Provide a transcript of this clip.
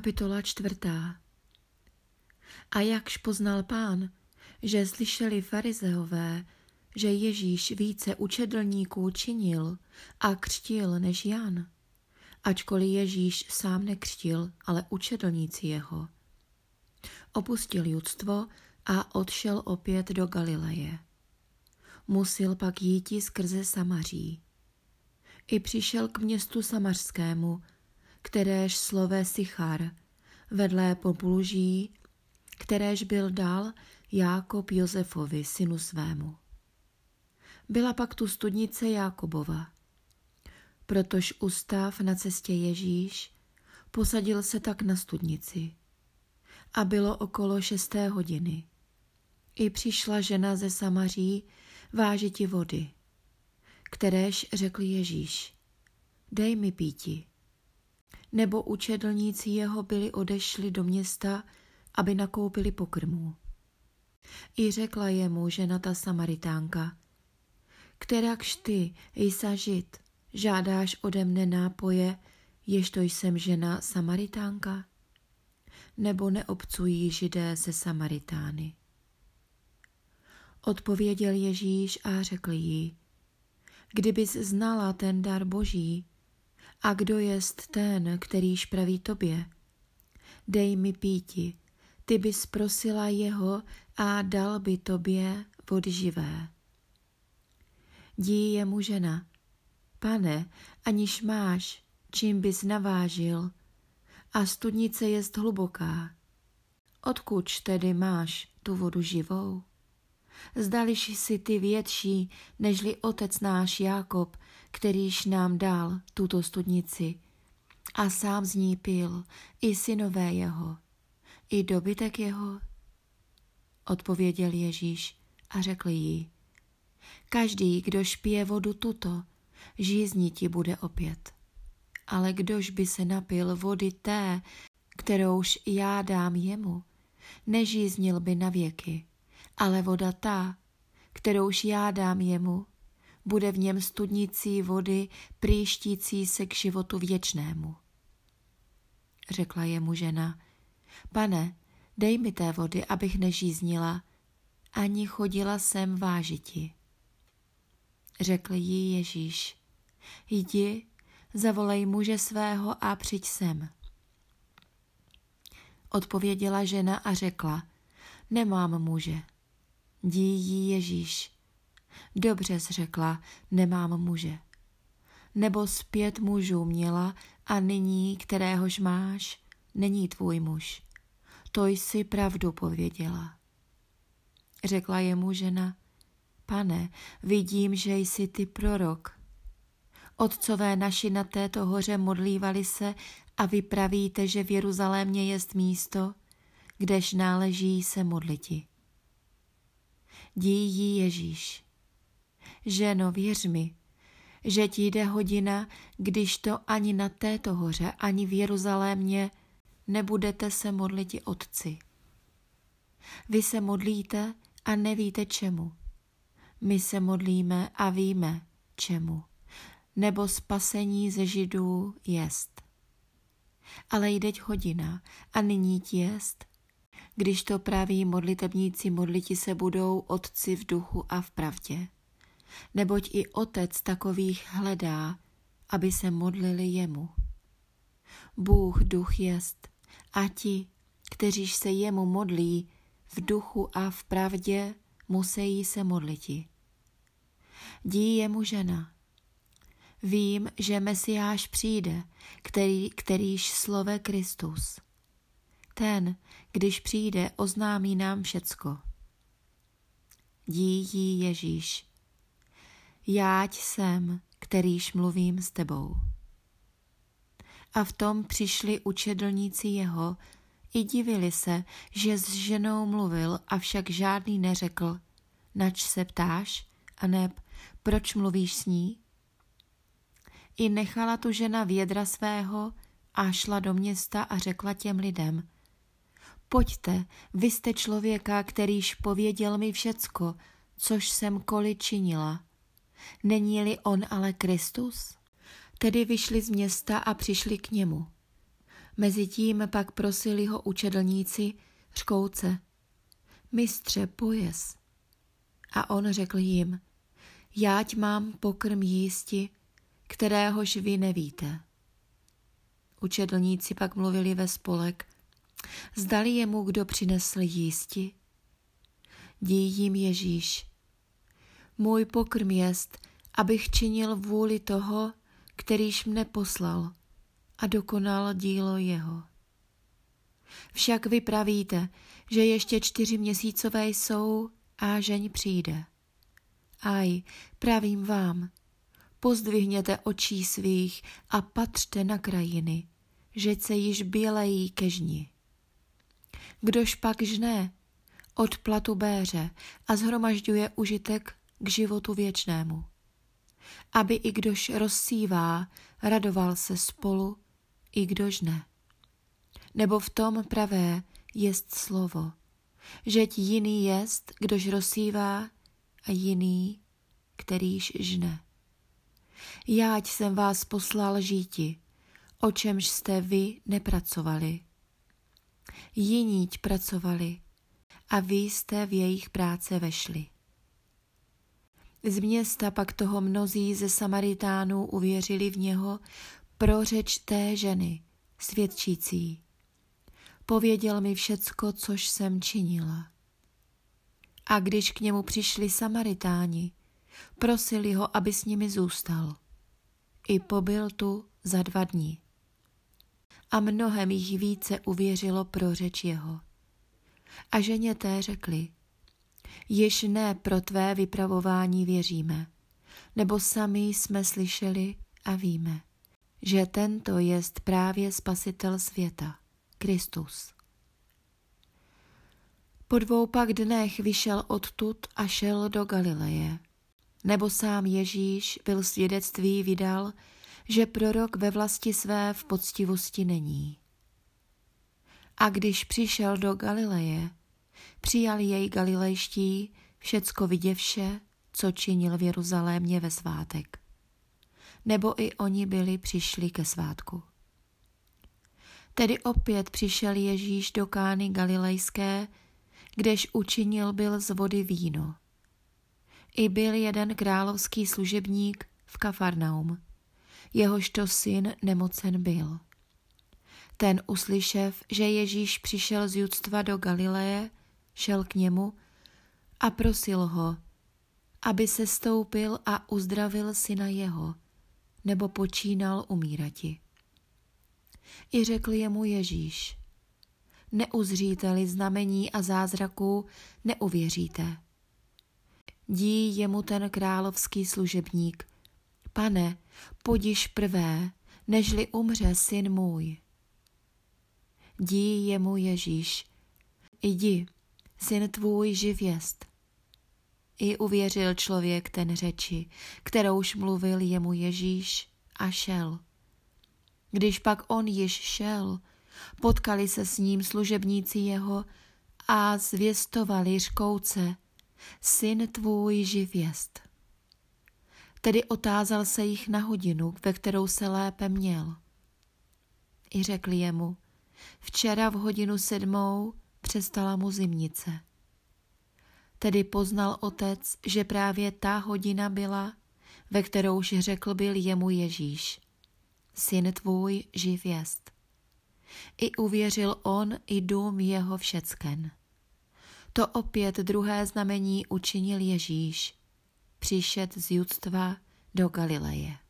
Kapitola 4. A jakž poznal Pán, že slyšeli farizeové, že Ježíš více učedlníků činil a křtil než Jan, ačkoliv Ježíš sám nekřtil, ale učedlníci jeho. Opustil judstvo a odšel opět do Galileje. Musil pak jíti skrze Samaří. I přišel k městu samařskému, kteréž slové Sichar, vedlé Popluží, kteréž byl dal Jákob Josefovi, synu svému. Byla pak tu studnice Jákobova. Protož ustáv na cestě Ježíš, posadil se tak na studnici. A bylo okolo 6. hodiny. I přišla žena ze Samaří vážiti vody, kteréž řekl Ježíš, dej mi píti. Nebo učedlníci jeho byli odešli do města, aby nakoupili pokrmů. I řekla jemu žena ta Samaritánka, kterakž ty, jsa Žid, žádáš ode mne nápoje, ježto jsem žena Samaritánka? Nebo neobcují Židé se Samaritány? Odpověděl Ježíš a řekl jí, kdybys znala ten dar Boží, a kdo jest ten, kterýž praví tobě, dej mi píti, ty bys prosila jeho a dal by tobě vody živé. Dí jemu žena, pane, aniž máš, čím bys navážil, a studnice jest hluboká. Odkud tedy máš tu vodu živou? Zdališ si ty větší, nežli otec náš Jákob, kterýž nám dal tuto studnici, a sám z ní pil, i synové jeho, i dobytek jeho? Odpověděl Ježíš a řekl jí, každý, kdož pije vodu tuto, žízniti bude opět. Ale kdož by se napil vody té, kterouž já dám jemu, nežíznil by na věky, ale voda ta, kterouž já dám jemu, bude v něm studnicí vody příštící se k životu věčnému. Řekla jemu žena, pane, dej mi té vody, abych nežíznila, ani chodila sem vážiti. Řekl jí Ježíš, jdi, zavolej muže svého a přijď sem. Odpověděla žena a řekla, nemám muže. Dí jí Ježíš, dobře jsi řekla, nemám muže. Nebo 5 mužů měla a nyní, kteréhož máš, není tvůj muž. To jsi pravdu pověděla. Řekla jemu žena, pane, vidím, že jsi ty prorok. Otcové naši na této hoře modlívali se a vy pravíte, že v Jeruzalémě jest místo, kdež náleží se modliti. Dí jí Ježíš, ženo, věř mi, že ti jde hodina, když to ani na této hoře, ani v Jeruzalémě nebudete se modliti Otci. Vy se modlíte a nevíte čemu. My se modlíme a víme čemu. Nebo spasení ze Židů jest. Ale jdeť hodina a nyní ti jest, když to praví modlitebníci modliti se budou Otci v duchu a v pravdě. Neboť i Otec takových hledá, aby se modlili jemu. Bůh duch jest a ti, kteříž se jemu modlí v duchu a v pravdě, musejí se modliti. Dí jemu žena. Vím, že Mesiáš přijde, kterýž slove Kristus. Ten, když přijde, oznámí nám všecko. Dí jí Ježíš. Jáť jsem, kterýž mluvím s tebou. A v tom přišli učedlníci jeho i divili se, že s ženou mluvil, avšak žádný neřekl, nač se ptáš, aneb proč mluvíš s ní? I nechala tu žena vědra svého a šla do města a řekla těm lidem, pojďte, vy jste člověka, kterýž pověděl mi všecko, což jsem koli činila. Není-li on ale Kristus? Tedy vyšli z města a přišli k němu. Mezitím pak prosili ho učedlníci řkouce: Mistře, pojez. A on řekl jim: Jáť mám pokrm jísti, kteréhož vy nevíte. Učedlníci pak mluvili ve spolek: Zdali jemu kdo přinesl jísti? Dí jim Ježíš: Můj pokrm jest, abych činil vůli toho, kterýž mne poslal, a dokonal dílo jeho. Však vy pravíte, že ještě 4měsícové jsou a žeň přijde. Aj, pravím vám, pozdvihněte očí svých a patřte na krajiny, že se již bělejí ke žni. Kdož pak žne, od platu béře a shromažďuje užitek k životu věčnému. Aby i kdož rozsívá, radoval se spolu, i kdož ne. Nebo v tom pravé jest slovo, žeť jiný jest, kdož rozsívá, a jiný, kterýž žne. Jáť jsem vás poslal žíti, o čemž jste vy nepracovali. Jiníť pracovali a vy jste v jejich práce vešli. Z města pak toho mnozí ze Samaritánů uvěřili v něho pro řeč té ženy, svědčící: Pověděl mi všecko, což jsem činila. A když k němu přišli Samaritáni, prosili ho, aby s nimi zůstal. I pobyl tu za 2 dny. A mnohem jich více uvěřilo pro řeč jeho. A ženě té řekli: Již ne pro tvé vypravování věříme, nebo sami jsme slyšeli a víme, že tento jest právě Spasitel světa, Kristus. Po 2 pak dnech vyšel odtud a šel do Galileje, nebo sám Ježíš byl svědectví vydal, že prorok ve vlasti své v poctivosti není. A když přišel do Galileje, přijali jej galilejští, všecko viděvše, co činil v Jeruzalémě ve svátek. Nebo i oni byli přišli ke svátku. Tedy opět přišel Ježíš do Kány galilejské, kdež učinil byl z vody víno. I byl jeden královský služebník v Kafarnaum, jehožto syn nemocen byl. Ten uslyšev, že Ježíš přišel z judstva do Galileje, šel k němu a prosil ho, aby se stoupil a uzdravil syna jeho, nebo počínal umírati. I řekl jemu Ježíš: Neuzříte-li znamení a zázraků, neuvěříte. Dí jemu ten královský služebník: Pane, podiž prvé, nežli umře syn můj. Dí jemu Ježíš: Jdi, syn tvůj živ jest. I uvěřil člověk ten řeči, kterouž mluvil jemu Ježíš, a šel. Když pak on již šel, potkali se s ním služebníci jeho a zvěstovali řkouce: Syn tvůj živ jest. Tedy otázal se jich na hodinu, ve kterou se lépe měl. I řekli jemu: Včera v 7:00 přestala mu zimnice. Tedy poznal otec, že právě ta hodina byla, ve kterouž řekl byl jemu Ježíš: Syn tvůj živ jest. I uvěřil on i dům jeho všecken. To opět druhé znamení učinil Ježíš, přišet z judstva do Galileje.